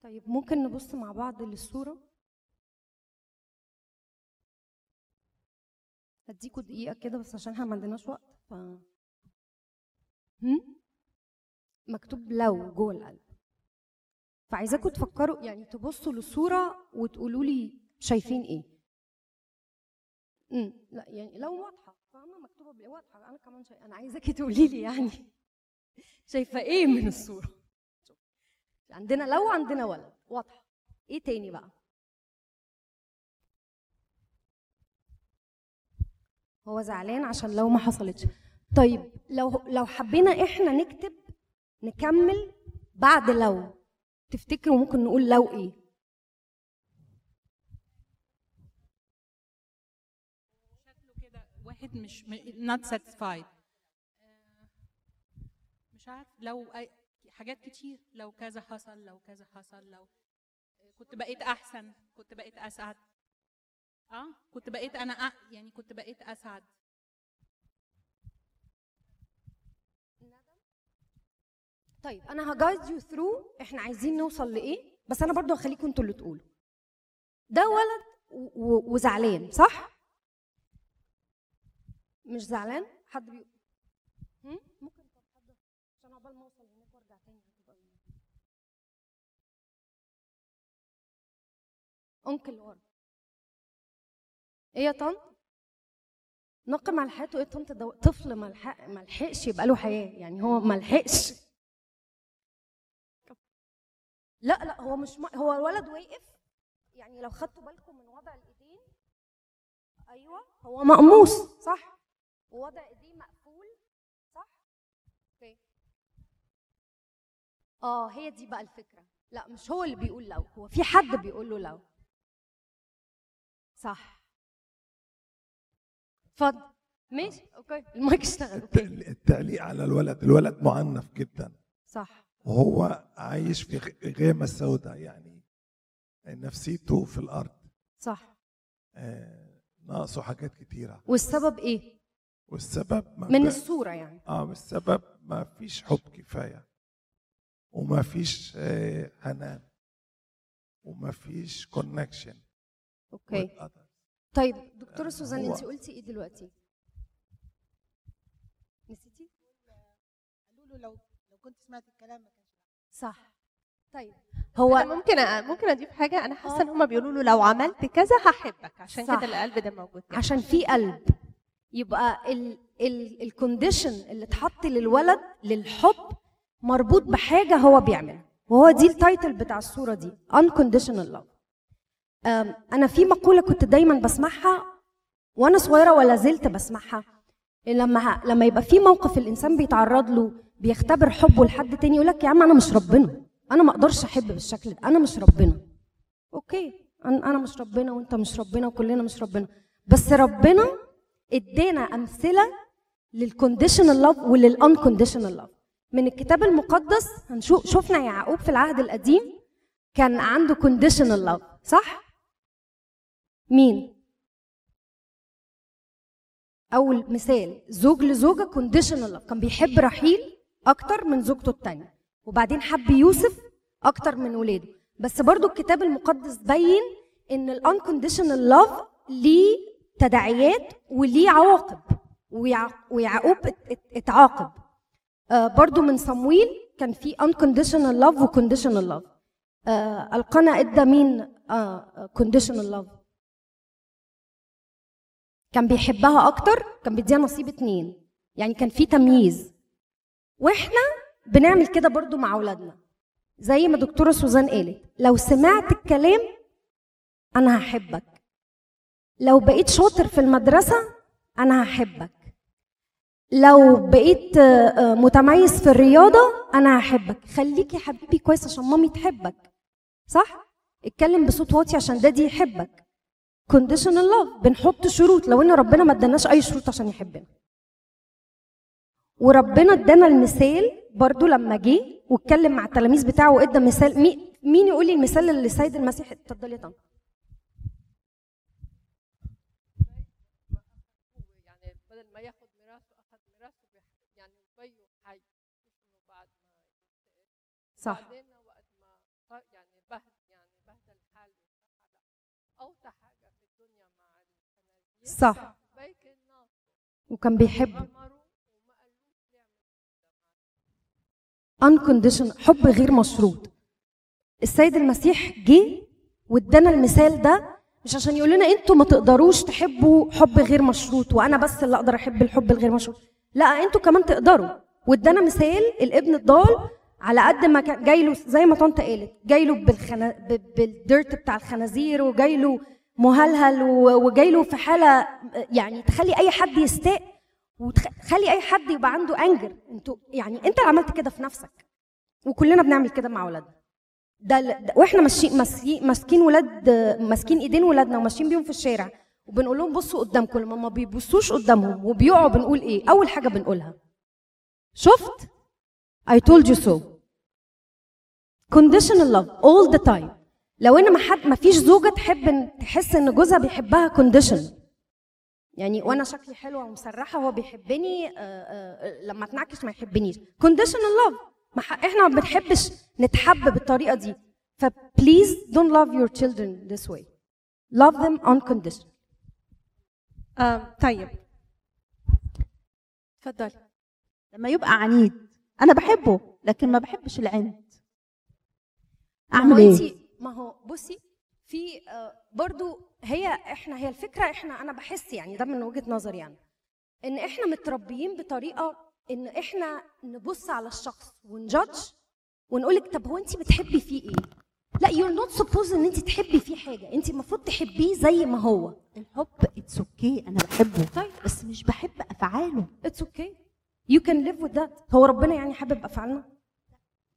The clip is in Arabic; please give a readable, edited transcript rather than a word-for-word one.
طيب ممكن نبص مع بعض للصورة؟ هديكوا دقيقة كده بس عشان احنا ما عندناش وقت. مكتوب لو جوه القلب، فعايزاكوا تفكروا يعني تبصوا للصورة وتقولوا لي شايفين ايه. لا يعني لو واضحة، فاهمة مكتوبة واضحة، انا كمان انا عايزاكي تقولي لي يعني شايفة ايه من الصورة. عندنا لو عندنا ولد واضحة، ايه تاني بقى؟ هو زعلان عشان لو ما حصلتش. طيب لو حبينا احنا نكتب نكمل بعد لو، تفتكروا ممكن نقول لو ايه؟ شكله كده واحد مش not satisfied، مش عارف لو حاجات كتير، لو كذا حصل، لو كذا حصل، لو كنت بقيت احسن، كنت بقيت اسعد. كنت بقيت انا يعني كنت بقيت اسعد. طيب انا هجايد يو ثرو احنا عايزين نوصل لايه، بس انا برضو هخليكم انتوا اللي تقولوا. ده ولد وزعلان صح؟ مش زعلان؟ حد بيقول ممكن؟ طب حد عشان عقبال ما اوصل هناك وارجع تاني هتبقى انكل ورا. ايه يا طنط؟ نقم على حياته؟ ايه طنط؟ ده طفل ما لحقش يبقى له حياه، يعني هو ما لحقش. لا هو مش هو الولد واقف، يعني لو خدتوا بالكم من وضع الايدين، ايوه هو مقموص صح، ووضع ايديه مقفول صح؟ اوكي. هي دي بقى الفكره. لا مش هو اللي بيقول لو، هو في حد بيقول له لو. صح. اتفضل. ماشي اوكي، المايك اشتغل. اوكي. التعليق على الولد معنف جدا. صح. وهو عايش في غيمة سوداء، يعني نفسيته في الأرض. صح. ناقصه حاجات كتيرة. والسبب ايه؟ والسبب من الصورة يعني والسبب ما فيش حب كفاية، وما فيش حنان، وما فيش كونكشن. اوكي. طيب دكتورة سوزان انت قلتي ايه دلوقتي؟ نسيتي؟ قالوا له لو كنت سمعت الكلام ما كانش صح. طيب هو أنا ممكن اضيف حاجه. انا حاسه ان هم بيقولوا له لو عملت كذا هحبك، عشان كده القلب ده موجود كده. عشان في قلب. يبقى الكونديشن اللي اتحط للولد للحب مربوط بحاجه هو بيعملها، وهو دي التايتل بتاع الصوره دي unconditional love. انا في مقوله كنت دايما بسمعها وانا صغيره ولا زلت بسمعها، لما يبقى في موقف الانسان بيتعرض له بيختبر حبه لحد تاني، يقول لك يا عم انا مش ربنا، انا ما اقدرش احب بالشكل ده، انا مش ربنا. اوكي، انا مش ربنا وانت مش ربنا وكلنا مش ربنا، بس ربنا ادينا امثله للكونديشنال لاف وللانكونديشنال لاف من الكتاب المقدس. هنشوف شفنا يعقوب في العهد القديم كان عنده كونديشنال لاف صح؟ مين؟ اول مثال زوج لزوجه كونديشنال لاف، كان بيحب رحيل اكتر من زوجته الثانيه، وبعدين حب يوسف اكتر من ولاده. بس برضو الكتاب المقدس بين ان الانكونديشنال لاف ليه تداعيات وليه عواقب، ويعقوب اتعاقب. برضو من صمويل كان في unconditional love وconditional love. القنا ادى مين conditional love؟ كان بيحبها اكتر، كان بيديها نصيب 2، يعني كان في تمييز. واحنا بنعمل كده برضو مع اولادنا، زي ما دكتوره سوزان قالت، لو سمعت الكلام انا هحبك، لو بقيت شاطر في المدرسه انا هحبك، لو بقيت متميز في الرياضه انا هحبك، خليك يا حبيبي كويس عشان مامي تحبك صح؟ اتكلم بصوت واطي عشان دادي يحبك. conditional love بنحط شروط، لو ان ربنا ما اداناش اي شروط عشان يحبنا. وربنا ادانا المثال برضو لما جه واتكلم مع التلاميذ بتاعه وادى مثال. مين يقول لي المثال اللي السيد المسيح؟ اتفضلي يا طنط. يعني بدل ما ياخد ميراثه اخذ ميراثه يعني بيه حي بعد ما صح. بعدين وقت ما يعني اوطى حاجه في الدنيا مع الخنازير صح. بايك النار وكان بيحبه امره وما قالوش يعمل unconditional، حب غير مشروط. السيد المسيح جه وادانا المثال ده مش عشان يقول لنا انتوا ما تقدروش تحبوا حب غير مشروط وانا بس اللي اقدر احب الحب الغير مشروط، لا انتوا كمان تقدروا. وادانا مثال الابن الضال، على قد ما كان جاي له زي ما طنطا قالت، جاي له بالديرت بتاع الخنازير، وجاي له مهلهل، وجاي له في حاله يعني تخلي اي حد يستاء وتخلي اي حد يبقى عنده انجر. انتوا يعني انت اللي عملت كده في نفسك، وكلنا بنعمل كده مع اولادنا. ده واحنا ماسكين ولاد، ماسكين ايدين ولادنا وماشيين بيهم في الشارع وبنقول لهم بصوا قدامكم، لما ما بيبصوش قدامهم وبيقعوا بنقول ايه؟ اول حاجه بنقولها شفت؟ I told you so. Conditional love all the time. لو ان ما فيش زوجه تحس ان جوزها بيحبها conditional، يعني وانا شكلي حلوه ومسرحه وهو بيحبني، لما اتنعكش ما يحبنيش. conditional love، احنا ما بنحبش نتحب بالطريقه دي. فبليز don't love your children this way. love them unconditional. طيب اتفضلي. لما يبقى عنيد انا بحبه لكن ما بحبش العند، اعمل ايه؟ ما هو بصي في برضو هي الفكره، انا بحس يعني ده من وجهه نظري يعني ان احنا متربيين بطريقه ان احنا نبص على الشخص ونجادج ونقولك طب هو انت بتحبي فيه ايه؟ لا you're not supposed ان انت تحبي فيه حاجه، انت المفروض تحبيه زي ما هو. الحب اتس اوكي، انا بحبه طيب بس مش بحب افعاله. اتس اوكي you can live with that. هو ربنا يعني حابب افعالنا؟